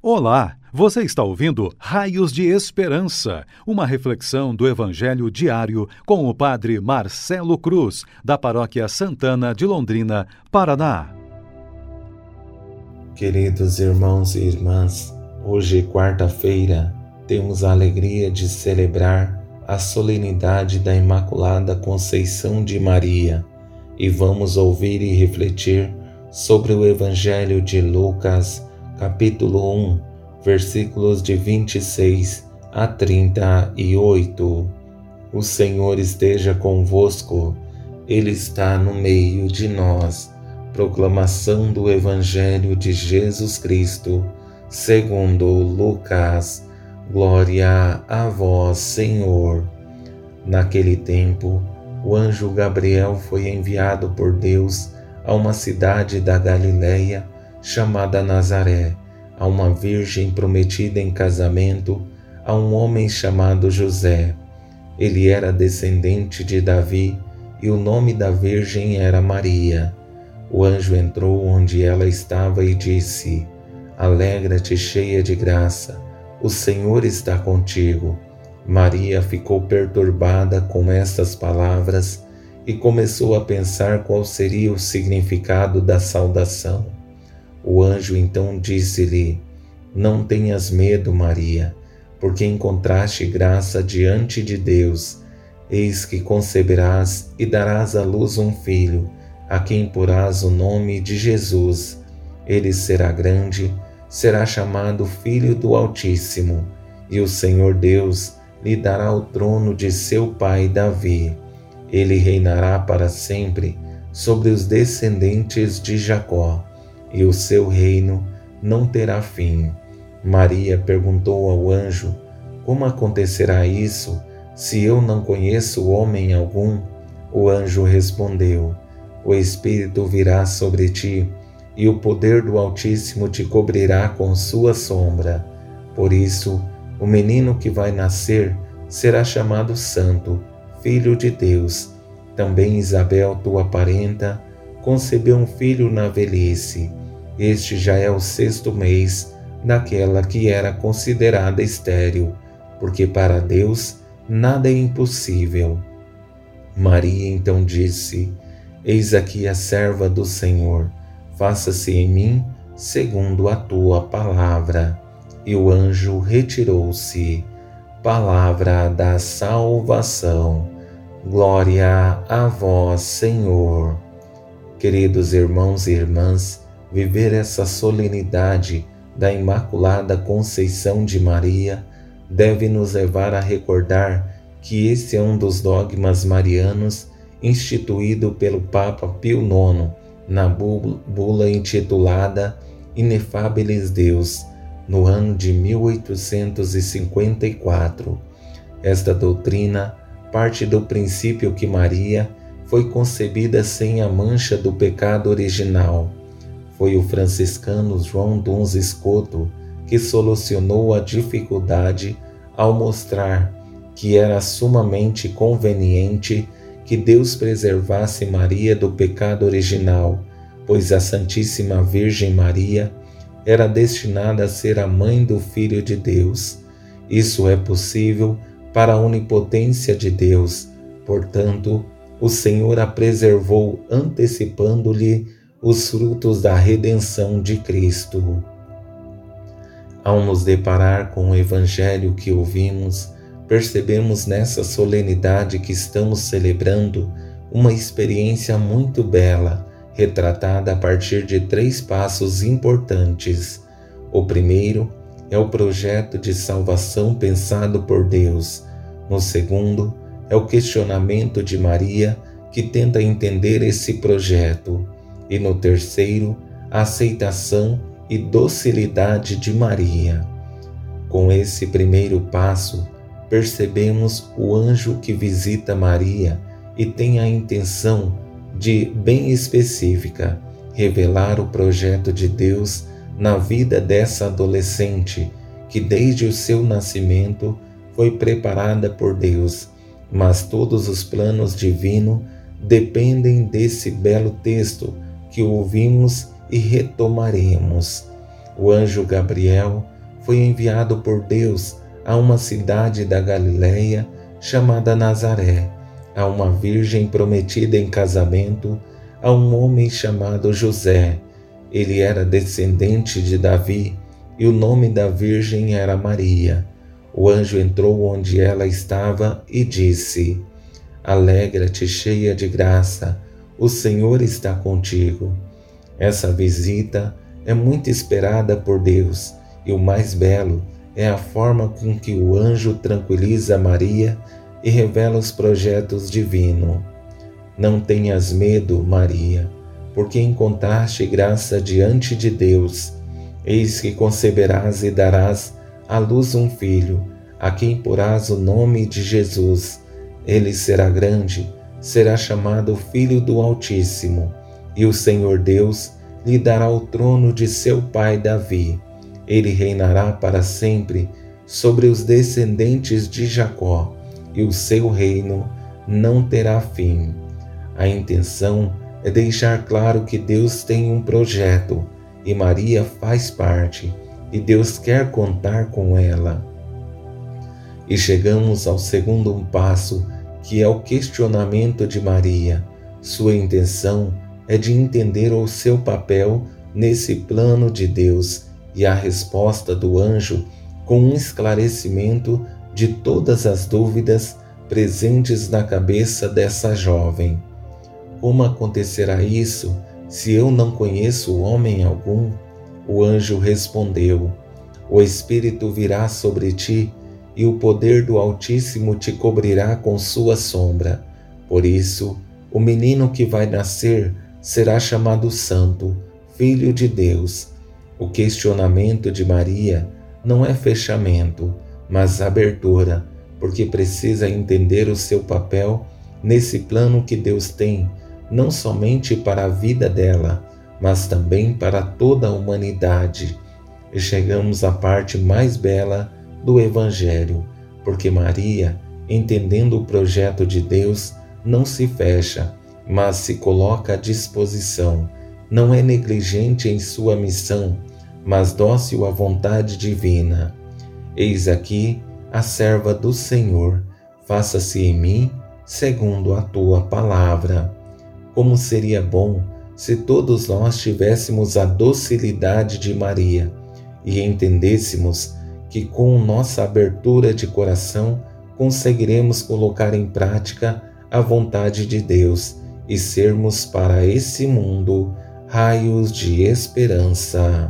Olá, você está ouvindo Raios de Esperança, uma reflexão do Evangelho diário com o Padre Marcelo Cruz, da Paróquia Santana de Londrina, Paraná. Queridos irmãos e irmãs, hoje, quarta-feira, temos a alegria de celebrar a solenidade da Imaculada Conceição de Maria e vamos ouvir e refletir sobre o Evangelho de Lucas, capítulo 1, versículos de 26 a 38. O Senhor esteja convosco, Ele está no meio de nós. Proclamação do Evangelho de Jesus Cristo, segundo Lucas. Glória a vós, Senhor. Naquele tempo, o anjo Gabriel foi enviado por Deus a uma cidade da Galileia chamada Nazaré, a uma virgem prometida em casamento a um homem chamado José. Ele era descendente de Davi e o nome da virgem era Maria. O anjo entrou onde ela estava e disse: Alegra-te, cheia de graça, o Senhor está contigo. Maria ficou perturbada com estas palavras e começou a pensar qual seria o significado da saudação. O anjo então disse-lhe: Não tenhas medo, Maria, porque encontraste graça diante de Deus. Eis que conceberás e darás à luz um filho, a quem porás o nome de Jesus. Ele será grande, será chamado Filho do Altíssimo, e o Senhor Deus lhe dará o trono de seu pai Davi. Ele reinará para sempre sobre os descendentes de Jacó, e o seu reino não terá fim. Maria perguntou ao anjo: Como acontecerá isso, se eu não conheço homem algum? O anjo respondeu: O Espírito virá sobre ti, e o poder do Altíssimo te cobrirá com sua sombra. Por isso, o menino que vai nascer será chamado Santo, Filho de Deus. Também Isabel, tua parenta, concebeu um filho na velhice. Este já é o 6º mês daquela que era considerada estéril, porque para Deus nada é impossível. Maria então disse: Eis aqui a serva do Senhor, faça-se em mim segundo a tua palavra. E o anjo retirou-se. Palavra da salvação. Glória a vós, Senhor. Queridos irmãos e irmãs, viver essa solenidade da Imaculada Conceição de Maria deve nos levar a recordar que esse é um dos dogmas marianos instituído pelo Papa Pio IX na bula intitulada Inefabilis Deus, no ano de 1854. Esta doutrina parte do princípio que Maria foi concebida sem a mancha do pecado original. Foi o franciscano João Duns Scoto que solucionou a dificuldade ao mostrar que era sumamente conveniente que Deus preservasse Maria do pecado original, pois a Santíssima Virgem Maria era destinada a ser a mãe do Filho de Deus. Isso é possível para a onipotência de Deus. Portanto, o Senhor a preservou antecipando-lhe os frutos da redenção de Cristo. Ao nos deparar com o Evangelho que ouvimos, percebemos nessa solenidade que estamos celebrando uma experiência muito bela, retratada a partir de 3 passos importantes. O primeiro é o projeto de salvação pensado por Deus. No segundo, é o questionamento de Maria, que tenta entender esse projeto. E no terceiro, a aceitação e docilidade de Maria. Com esse primeiro passo, percebemos o anjo que visita Maria e tem a intenção de, bem específica, revelar o projeto de Deus na vida dessa adolescente, que desde o seu nascimento foi preparada por Deus, mas todos os planos divinos dependem desse belo texto que ouvimos e retomaremos. O anjo Gabriel foi enviado por Deus a uma cidade da Galileia chamada Nazaré, a uma virgem prometida em casamento a um homem chamado José. Ele era descendente de Davi e o nome da virgem era Maria. O anjo entrou onde ela estava e disse: Alegra-te, cheia de graça, o Senhor está contigo. Essa visita é muito esperada por Deus, e o mais belo é a forma com que o anjo tranquiliza Maria e revela os projetos divinos. Não tenhas medo, Maria, porque encontraste graça diante de Deus. Eis que conceberás e darás à luz um filho, a quem porás o nome de Jesus. Ele será grande, será chamado Filho do Altíssimo, e o Senhor Deus lhe dará o trono de seu pai Davi. Ele reinará para sempre sobre os descendentes de Jacó, e o seu reino não terá fim. A intenção é deixar claro que Deus tem um projeto e Maria faz parte, e Deus quer contar com ela. E chegamos ao segundo passo, que é o questionamento de Maria. Sua intenção é de entender o seu papel nesse plano de Deus e a resposta do anjo com um esclarecimento de todas as dúvidas presentes na cabeça dessa jovem. Como acontecerá isso se eu não conheço homem algum? O anjo respondeu: O Espírito virá sobre ti e o poder do Altíssimo te cobrirá com sua sombra. Por isso, o menino que vai nascer será chamado Santo, Filho de Deus. O questionamento de Maria não é fechamento, mas abertura, porque precisa entender o seu papel nesse plano que Deus tem, não somente para a vida dela, mas também para toda a humanidade. E chegamos à parte mais bela do Evangelho, porque Maria, entendendo o projeto de Deus, não se fecha, mas se coloca à disposição. Não é negligente em sua missão, mas dócil à vontade divina. Eis aqui a serva do Senhor, faça-se em mim segundo a tua palavra. Como seria bom se todos nós tivéssemos a docilidade de Maria e entendêssemos que com nossa abertura de coração conseguiremos colocar em prática a vontade de Deus e sermos para esse mundo raios de esperança.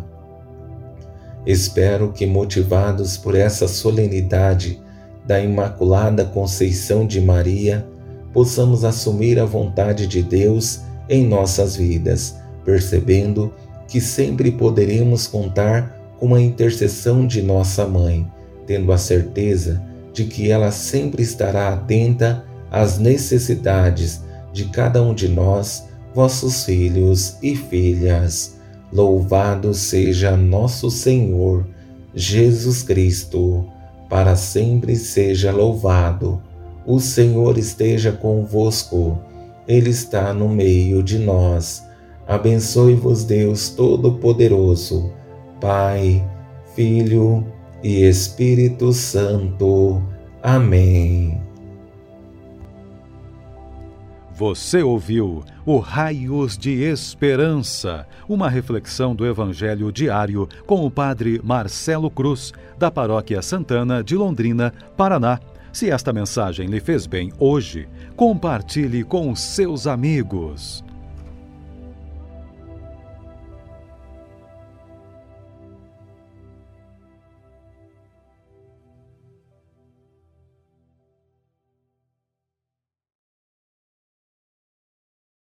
Espero que, motivados por essa solenidade da Imaculada Conceição de Maria, possamos assumir a vontade de Deus em nossas vidas, percebendo que sempre poderemos contar com a intercessão de nossa Mãe, tendo a certeza de que ela sempre estará atenta às necessidades de cada um de nós, vossos filhos e filhas. Louvado seja nosso Senhor Jesus Cristo, para sempre seja louvado. O Senhor esteja convosco, Ele está no meio de nós. Abençoe-vos Deus Todo-Poderoso, Pai, Filho e Espírito Santo. Amém. Você ouviu o Raios de Esperança, uma reflexão do Evangelho diário com o Padre Marcelo Cruz, da Paróquia Santana de Londrina, Paraná. Se esta mensagem lhe fez bem hoje, compartilhe com seus amigos.